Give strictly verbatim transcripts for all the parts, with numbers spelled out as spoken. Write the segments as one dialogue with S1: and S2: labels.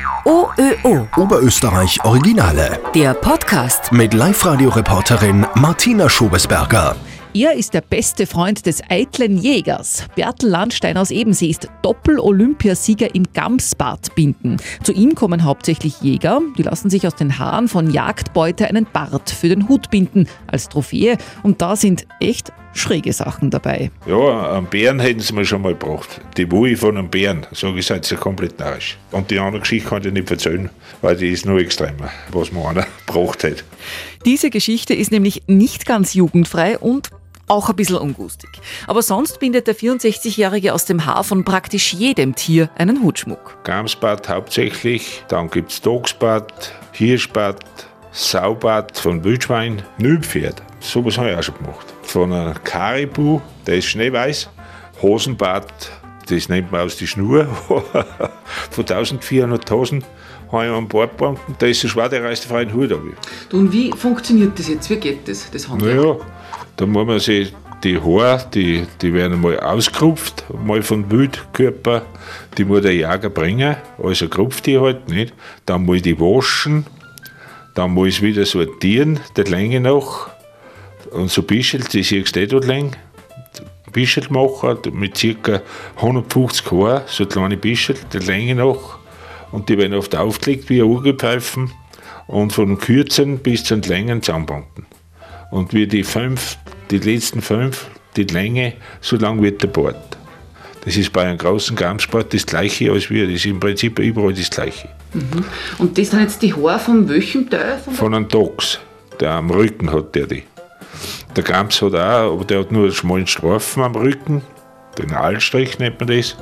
S1: O Ö O.
S2: Oberösterreich Originale.
S1: Der Podcast.
S2: Mit Live-Radio-Reporterin Martina Schobesberger.
S3: Er ist der beste Freund des eitlen Jägers. Bertel Landsteiner aus Ebensee ist Doppel-Olympiasieger im Gamsbartbinden. Zu ihm kommen hauptsächlich Jäger. Die lassen sich aus den Haaren von Jagdbeute einen Bart für den Hut binden, als Trophäe. Und da sind echt schräge Sachen dabei.
S4: Ja, einen Bären hätten sie mir schon mal gebracht. Die Wolle von einem Bären, sage ich, seid ihr komplett narrisch. Und die andere Geschichte kann ich nicht erzählen, weil die ist noch extremer, was mir einer gebracht hat.
S3: Diese Geschichte ist nämlich nicht ganz jugendfrei und auch ein bisschen ungustig. Aber sonst bindet der vierundsechzigjährige aus dem Haar von praktisch jedem Tier einen Hutschmuck.
S4: Gamsbart hauptsächlich, dann gibt es Dachsbart, Hirschbart, Saubart von Wildschwein, Nilpferd. Sowas habe ich auch schon gemacht. Von einem Karibu, der ist schneeweiß, Hosenbart, das nennt man aus die Schnur, von eintausendvierhundert Tausend habe ich am Bordbanken, da ist so schwer, der reißt auf einen Hut ab.
S3: Und wie funktioniert das jetzt? Wie geht das, das Handwerk?
S4: Naja, da muss man sich die Haare, die, die werden mal ausgerupft, mal von Wildkörper, die muss der Jäger bringen, also rupft die halt nicht. Dann muss ich die waschen, dann muss ich wieder sortieren, die Länge nach. Und so Bischelt, die siehst du eh dort lang, Bischelt machen mit ca. hundertfünfzig Haaren, so kleine Bischelt, die Länge nach. Und die werden oft aufgelegt wie ein Urgepfeifen und von den Kürzen bis zu den Längen zusammenbanden. Und wie die fünf, die letzten fünf, die Länge, so lang wird der Bart. Das ist bei einem großen Gamsbart das Gleiche als wir. Das ist im Prinzip überall das Gleiche.
S3: Mhm. Und das sind jetzt die Haare von welchem Teil? Von,
S4: von einem Dachs. Der am Rücken hat der die. Der Gams hat auch, aber der hat nur einen schmalen Streifen am Rücken. Den Aalstrich nennt man das.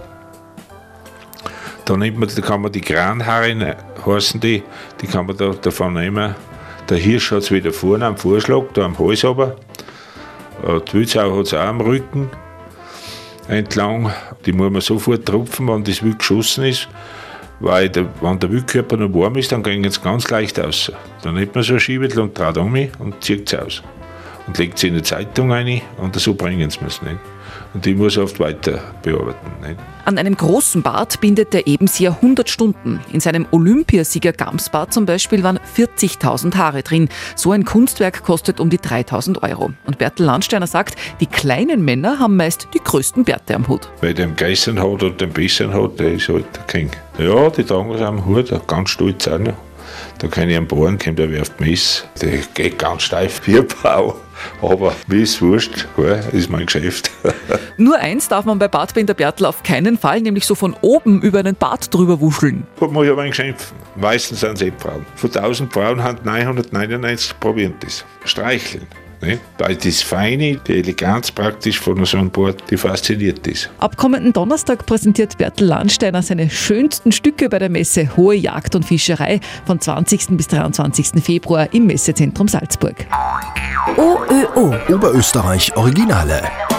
S4: Da, nimmt man, da kann man die Kranhaare, heißen die, die kann man da, davon nehmen. Der Hirsch hat es wieder vorne am Vorschlag, da am Hals aber. Die Wildsau hat es auch am Rücken entlang. Die muss man sofort tropfen, wenn das Wild geschossen ist. Weil der, wenn der Wildkörper noch warm ist, dann gehen es ganz leicht aus. Dann nimmt man so ein Schiebetl und dreht um und zieht es aus. Und legt sie in eine Zeitung rein und so bringen sie es nicht. Und die muss oft weiter bearbeiten. Nicht?
S3: An einem großen Bart bindet der Ebenseer hundert Stunden. In seinem Olympiasieger Gamsbart zum Beispiel waren vierzigtausend Haare drin. So ein Kunstwerk kostet um die dreitausend Euro. Und Bertel Landsteiner sagt, die kleinen Männer haben meist die größten Bärte am Hut.
S4: Wer den Geißen hat oder den Besseren hat, der ist halt der King. Ja, die tragen es am Hut, ganz stolz auch noch. Da kann ich am Bohren, kommt der wirft Mess, der geht ganz steif wie ein Bau. Aber mir ist wurscht, das ist mein Geschäft.
S3: Nur eins darf man bei Bartbinder Bertel auf keinen Fall, nämlich so von oben über einen Bart drüber wuscheln.
S4: Hat man ja mein Geschäft. Meistens sind es eh Frauen. Von tausend Frauen haben neunhundertneunundneunzig probiert das. Streicheln. Ne? Weil das Feine, die Eleganz praktisch von so einem Bart, die fasziniert das.
S3: Ab kommenden Donnerstag präsentiert Bertel Landsteiner seine schönsten Stücke bei der Messe Hohe Jagd und Fischerei von zwanzigsten bis dreiundzwanzigsten Februar im Messezentrum Salzburg.
S1: O Ö O.
S2: Oberösterreich Originale.